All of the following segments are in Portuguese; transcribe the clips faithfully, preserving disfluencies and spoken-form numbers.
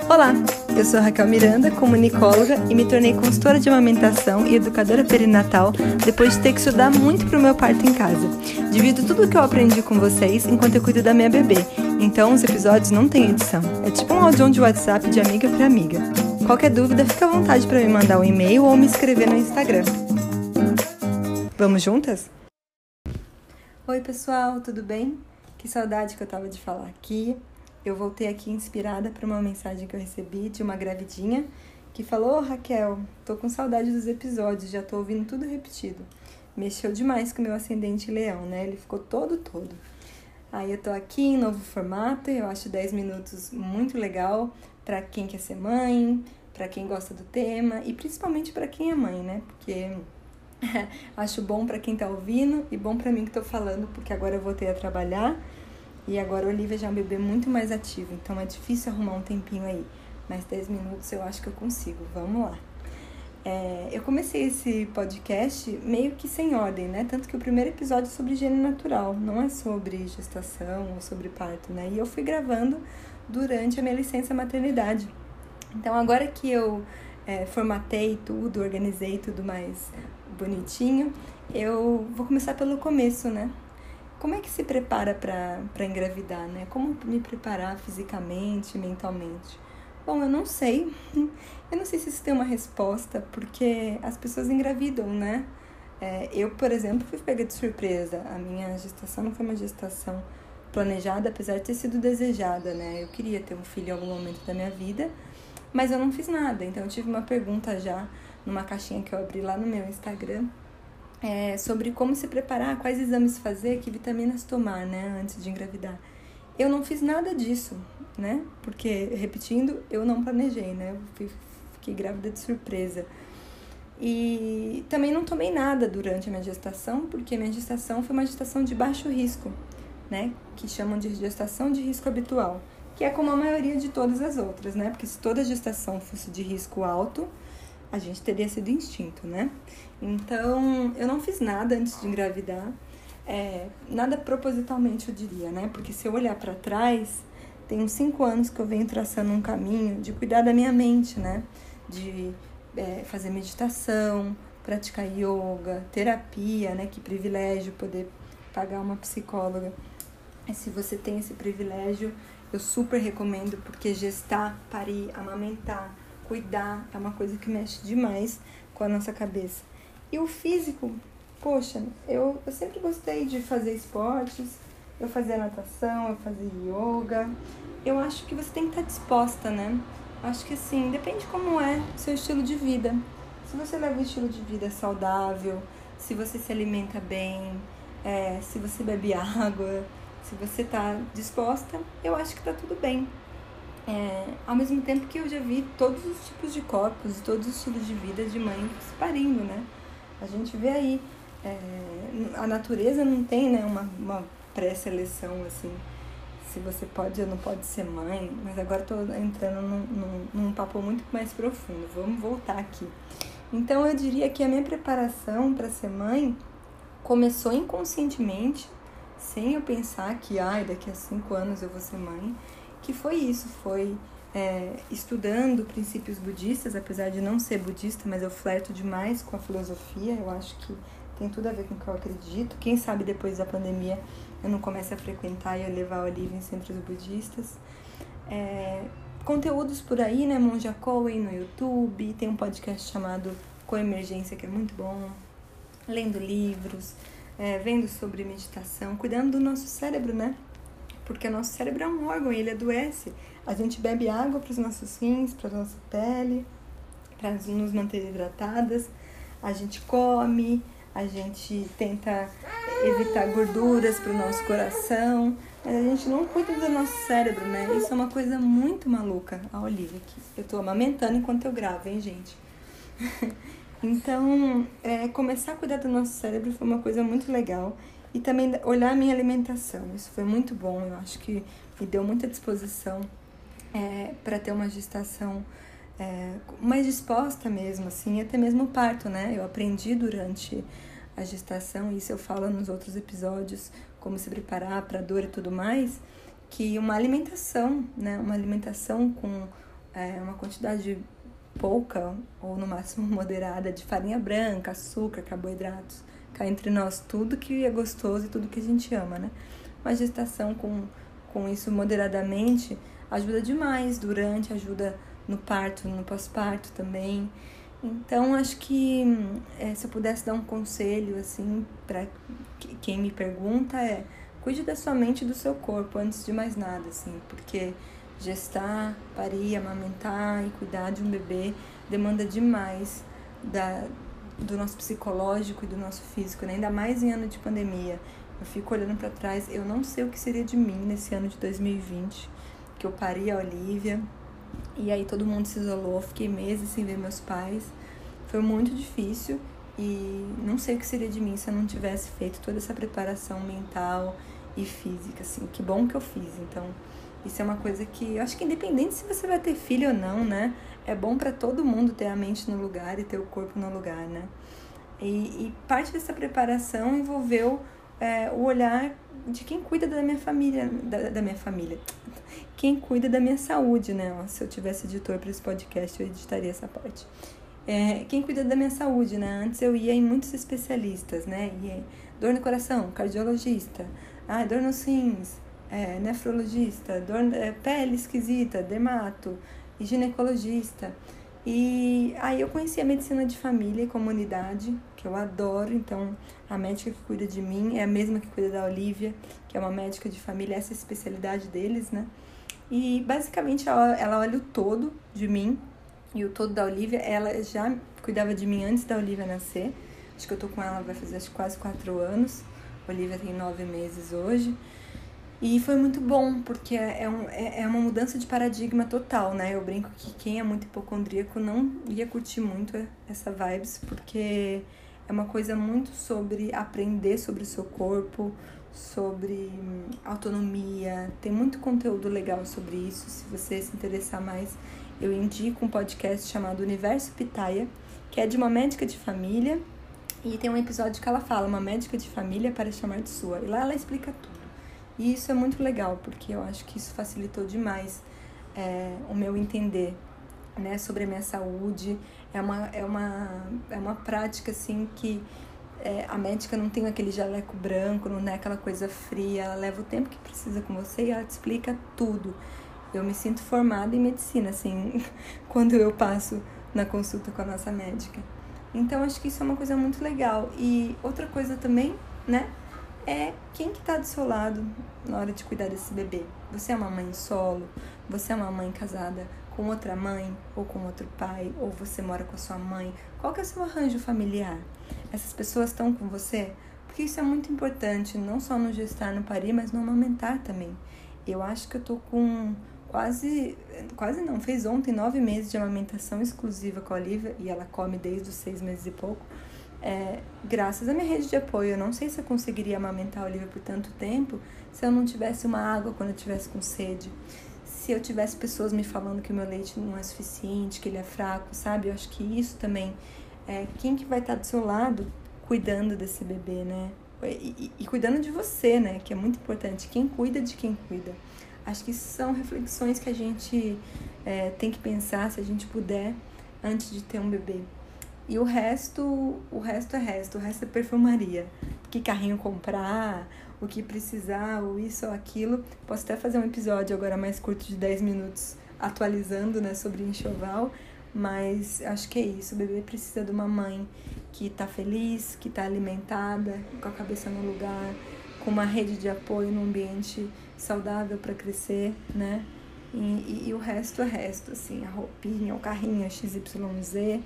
Olá, eu sou Raquel Miranda, comunicóloga e me tornei consultora de amamentação e educadora perinatal depois de ter que estudar muito pro meu parto em casa. Divido tudo o que eu aprendi com vocês enquanto eu cuido da minha bebê, então os episódios não têm edição. É tipo um áudio de WhatsApp de amiga para amiga. Qualquer dúvida, fica à vontade para me mandar um e-mail ou me escrever no Instagram. Vamos juntas? Oi pessoal, tudo bem? Que saudade que eu tava de falar aqui. Eu voltei aqui inspirada por uma mensagem que eu recebi de uma gravidinha que falou: oh, Raquel, tô com saudade dos episódios, já tô ouvindo tudo repetido. Mexeu demais com o meu ascendente leão, né? Ele ficou todo, todo. Aí eu tô aqui em novo formato, eu acho dez minutos muito legal pra quem quer ser mãe, pra quem gosta do tema e principalmente pra quem é mãe, né? Porque acho bom pra quem tá ouvindo e bom pra mim que tô falando, porque agora eu voltei a trabalhar. E agora a Olivia já é um bebê muito mais ativo, então é difícil arrumar um tempinho aí. Mas dez minutos eu acho que eu consigo, vamos lá. É, eu comecei esse podcast meio que sem ordem, né? Tanto que o primeiro episódio é sobre higiene natural, não é sobre gestação ou sobre parto, né? E eu fui gravando durante a minha licença maternidade. Então agora que eu é, formatei tudo, organizei tudo mais bonitinho, eu vou começar pelo começo, né? Como é que se prepara para engravidar, né? Como me preparar fisicamente, mentalmente? Bom, eu não sei. Eu não sei se isso tem uma resposta, porque as pessoas engravidam, né? É, eu, por exemplo, fui pega de surpresa. A minha gestação não foi uma gestação planejada, apesar de ter sido desejada, né? Eu queria ter um filho em algum momento da minha vida, mas eu não fiz nada. Então, eu tive uma pergunta já numa caixinha que eu abri lá no meu Instagram, É, sobre como se preparar, quais exames fazer, que vitaminas tomar, né, antes de engravidar. Eu não fiz nada disso, né, porque, repetindo, eu não planejei, né, eu fiquei grávida de surpresa. E também não tomei nada durante a minha gestação, porque minha gestação foi uma gestação de baixo risco, né, que chamam de gestação de risco habitual, que é como a maioria de todas as outras, né, porque se toda gestação fosse de risco alto, a gente teria sido instinto, né? Então, eu não fiz nada antes de engravidar, é, nada propositalmente eu diria, né? Porque se eu olhar para trás, tem uns cinco anos que eu venho traçando um caminho de cuidar da minha mente, né? De é, fazer meditação, praticar yoga, terapia, né? Que privilégio poder pagar uma psicóloga. E se você tem esse privilégio, eu super recomendo, porque gestar, parir, amamentar, cuidar é uma coisa que mexe demais com a nossa cabeça. E o físico, poxa, eu, eu sempre gostei de fazer esportes, eu fazia natação, eu fazia yoga. Eu acho que você tem que estar disposta, né? Acho que assim, depende como é o seu estilo de vida. Se você leva um estilo de vida saudável, se você se alimenta bem, é, se você bebe água, se você está disposta, eu acho que está tudo bem. É, ao mesmo tempo que eu já vi todos os tipos de corpos, todos os estilos de vida de mãe se parindo, né? A gente vê aí, é, a natureza não tem, né, uma, uma pré-seleção, assim, se você pode ou não pode ser mãe, mas agora estou entrando num, num, num papo muito mais profundo, vamos voltar aqui. Então eu diria que a minha preparação para ser mãe começou inconscientemente, sem eu pensar que, ai, daqui a cinco anos eu vou ser mãe, que foi isso, foi é, estudando princípios budistas, apesar de não ser budista, mas eu flerto demais com a filosofia, eu acho que tem tudo a ver com o que eu acredito. Quem sabe depois da pandemia eu não comece a frequentar e a levar a Olivia em centros budistas. É, conteúdos por aí, né, Monja Coen no YouTube, tem um podcast chamado Coemergência, que é muito bom, lendo livros, é, vendo sobre meditação, cuidando do nosso cérebro, né? Porque o nosso cérebro é um órgão e ele adoece. A gente bebe água para os nossos rins, para a nossa pele, para nos manter hidratadas. A gente come, a gente tenta evitar gorduras para o nosso coração, mas a gente não cuida do nosso cérebro, né? Isso é uma coisa muito maluca. A Olivia aqui. Eu tô amamentando enquanto eu gravo, hein, gente? Então, é, começar a cuidar do nosso cérebro foi uma coisa muito legal. E também olhar a minha alimentação, isso foi muito bom, eu acho que me deu muita disposição é, para ter uma gestação é, mais disposta mesmo, assim, até mesmo o parto, né? Eu aprendi durante a gestação, isso eu falo nos outros episódios, como se preparar para a dor e tudo mais, que uma alimentação, né? Uma alimentação com é, uma quantidade pouca, ou no máximo moderada, de farinha branca, açúcar, carboidratos. Cá entre nós, tudo que é gostoso e tudo que a gente ama, né? Uma gestação com, com isso moderadamente ajuda demais durante, ajuda no parto, no pós-parto também. Então, acho que é, se eu pudesse dar um conselho, assim, para quem me pergunta, é cuide da sua mente e do seu corpo antes de mais nada, assim, porque gestar, parir, amamentar e cuidar de um bebê demanda demais da, do nosso psicológico e do nosso físico, né? Ainda mais em ano de pandemia. Eu fico olhando para trás, eu não sei o que seria de mim nesse ano de dois mil e vinte, que eu pari a Olivia, e aí todo mundo se isolou, fiquei meses sem ver meus pais. Foi muito difícil e não sei o que seria de mim se eu não tivesse feito toda essa preparação mental e física, assim. Que bom que eu fiz, então isso é uma coisa que eu acho que independente se você vai ter filho ou não, né, é bom para todo mundo ter a mente no lugar e ter o corpo no lugar, né. E, e parte dessa preparação envolveu é, o olhar de quem cuida da minha família, da, da minha família, quem cuida da minha saúde, né? Se eu tivesse editor para esse podcast, eu editaria essa parte. É, quem cuida da minha saúde, né? Antes eu ia em muitos especialistas, né? Ia dor no coração, cardiologista, ah, dor nos rins, é, nefrologista, dor, é, pele esquisita, dermato, e ginecologista. E aí eu conheci a medicina de família e comunidade, que eu adoro. Então, a médica que cuida de mim é a mesma que cuida da Olivia, que é uma médica de família, essa é a especialidade deles, né? E, basicamente, ela, ela olha o todo de mim e o todo da Olivia. Ela já cuidava de mim antes da Olivia nascer. Acho que eu tô com ela, vai fazer acho, quase quatro anos. A Olivia tem nove meses hoje. E foi muito bom, porque é, um, é, é uma mudança de paradigma total, né? Eu brinco que quem é muito hipocondríaco não ia curtir muito essa vibes, porque é uma coisa muito sobre aprender sobre o seu corpo, sobre autonomia. Tem muito conteúdo legal sobre isso. Se você se interessar mais, eu indico um podcast chamado Universo Pitaia, que é de uma médica de família, e tem um episódio que ela fala, uma médica de família para chamar de sua. E lá ela explica tudo. E isso é muito legal, porque eu acho que isso facilitou demais é, o meu entender, né, sobre a minha saúde. É uma, é uma, é uma prática, assim, que é, a médica não tem aquele jaleco branco, não é aquela coisa fria. Ela leva o tempo que precisa com você e ela te explica tudo. Eu me sinto formada em medicina, assim, quando eu passo na consulta com a nossa médica. Então, acho que isso é uma coisa muito legal. E outra coisa também, né, é quem que tá do seu lado na hora de cuidar desse bebê. Você é uma mãe solo, você é uma mãe casada com outra mãe ou com outro pai, ou você mora com a sua mãe. Qual que é o seu arranjo familiar? Essas pessoas estão com você? Porque isso é muito importante, não só no gestar, no parir, mas no amamentar também. Eu acho que eu tô com quase, quase não, fez ontem nove meses de amamentação exclusiva com a Olivia, e ela come desde os seis meses e pouco. É, graças à minha rede de apoio. Eu não sei se eu conseguiria amamentar a Olivia por tanto tempo se eu não tivesse uma água quando eu tivesse com sede, se eu tivesse pessoas me falando que o meu leite não é suficiente, que ele é fraco, sabe? Eu acho que isso também é quem que vai estar do seu lado cuidando desse bebê, né? E, e, e cuidando de você, né? Que é muito importante. Quem cuida de quem cuida. Acho que são reflexões que a gente é, tem que pensar, se a gente puder, antes de ter um bebê. E o resto, o resto é resto, o resto é perfumaria. Que carrinho comprar, o que precisar, ou isso ou aquilo. Posso até fazer um episódio agora mais curto de dez minutos atualizando, né, sobre enxoval, mas acho que é isso. O bebê precisa de uma mãe que tá feliz, que tá alimentada, com a cabeça no lugar, com uma rede de apoio num ambiente saudável para crescer, né? E, e, e o resto é resto, assim, a roupinha, o carrinho, a X Y Z.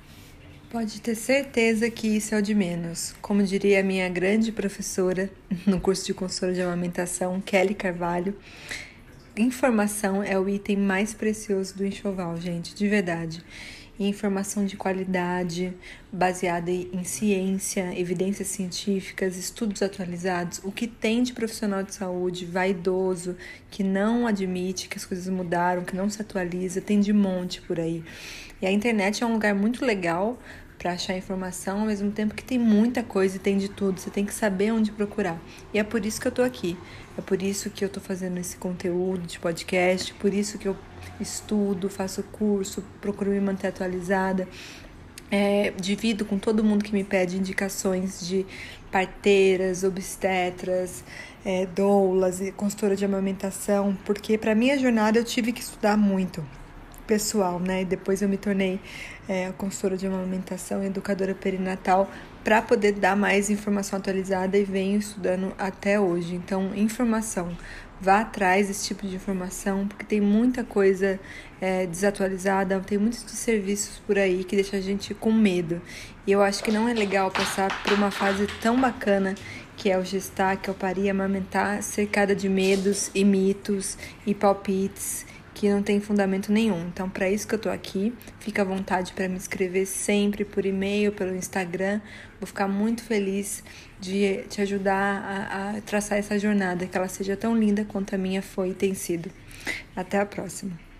Pode ter certeza que isso é o de menos. Como diria a minha grande professora no curso de consultora de amamentação, Kelly Carvalho, informação é o item mais precioso do enxoval, gente, de verdade. E informação de qualidade, baseada em ciência, evidências científicas, estudos atualizados, o que tem de profissional de saúde vaidoso, que não admite que as coisas mudaram, que não se atualiza, tem de monte por aí. E a internet é um lugar muito legal para achar informação, ao mesmo tempo que tem muita coisa e tem de tudo. Você tem que saber onde procurar. E é por isso que eu tô aqui. É por isso que eu tô fazendo esse conteúdo de podcast, por isso que eu estudo, faço curso, procuro me manter atualizada. É, divido com todo mundo que me pede indicações de parteiras, obstetras, é, doulas e consultora de amamentação, porque para minha jornada eu tive que estudar muito pessoal, né? E depois eu me tornei é, consultora de amamentação e educadora perinatal para poder dar mais informação atualizada e venho estudando até hoje. Então, informação. Vá atrás desse tipo de informação, porque tem muita coisa é, desatualizada, tem muitos serviços por aí que deixa a gente com medo. E eu acho que não é legal passar por uma fase tão bacana que é o gestar, que é o parir, amamentar, cercada de medos e mitos e palpites que não tem fundamento nenhum. Então, para isso que eu tô aqui, fica à vontade para me escrever sempre por e-mail, pelo Instagram. Vou ficar muito feliz de te ajudar a, a traçar essa jornada, que ela seja tão linda quanto a minha foi e tem sido. Até a próxima.